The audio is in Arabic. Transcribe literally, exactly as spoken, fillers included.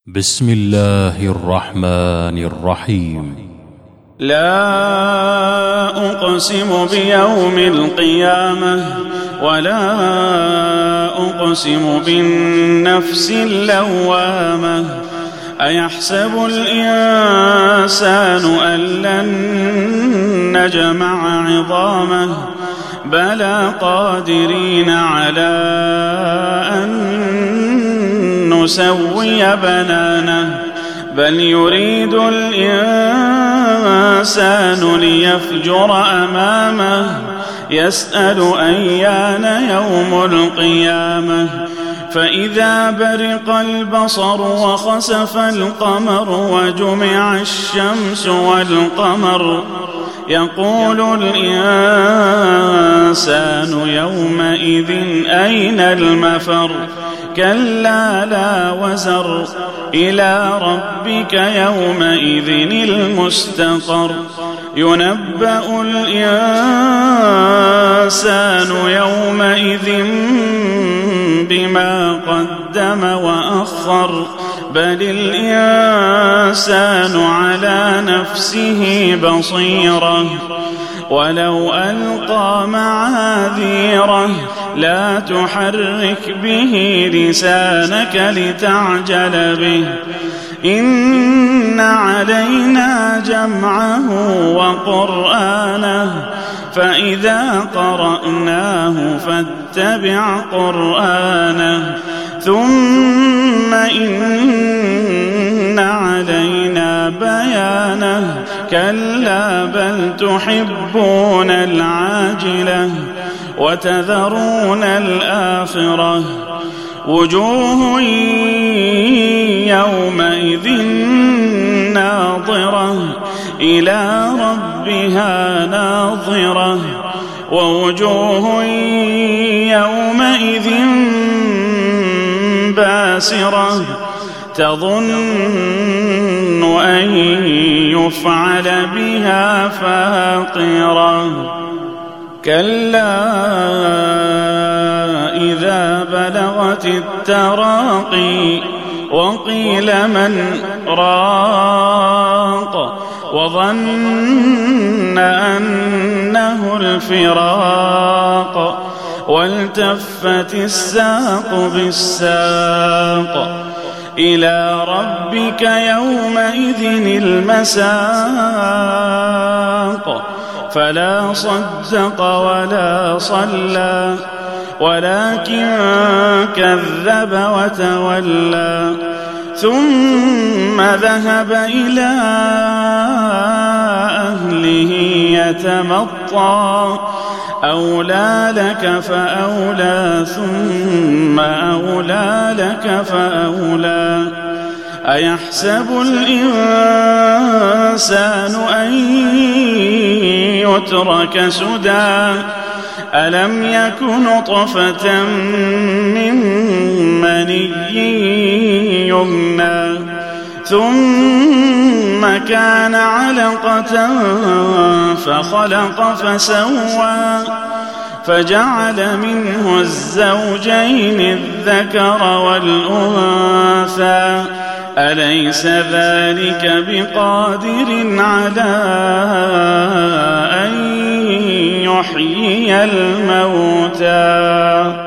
بسم الله الرحمن الرحيم. لا أقسم بيوم القيامة ولا أقسم بالنفس اللوامة أيحسب الإنسان أن لن نجمع عظامه بلى قادرين على أن نسوي بنانه بل يريد الإنسان ليفجر أمامه يسأل أيان يوم القيامة فإذا برق البصر وخسف القمر وجمع الشمس والقمر يقول الإنسان يومئذ أين المفر كلا لا وزر إلى ربك يومئذ المستقر ينبأ الإنسان يومئذ بما قدم وأخر بل الإنسان على نفسه بصيرة ولو ألقى معاذيره لا تحرك به لسانك لتعجل به إن علينا جمعه وقرآنه فإذا قرأناه فاتبع قرآنه ثم إن علينا بيانه كلا بل تحبون العاجلة وتذرون الآخرة وجوه يومئذ ناظرة إلى ربها ناظرة ووجوه يومئذ باسرة تظن أن يفعل بها فاقرة كلا إذا بلغت التراقي وقيل من راق وظن أنه الفراق والتفت الساق بالساق إلى ربك يومئذ المساق فلا صدق ولا صلى ولكن كذب وتولى ثم ذهب إلى أهله يتمطى أولى لك فأولى ثم أولى لك فأولى أيحسب الإنسان أن يترك سدى ألم يك نطفة من مني يمنى ثم كان علقة فخلق فسوى فجعل منه الزوجين الذكر والأنثى أليس ذلك بقادر على أن يحيي الموتى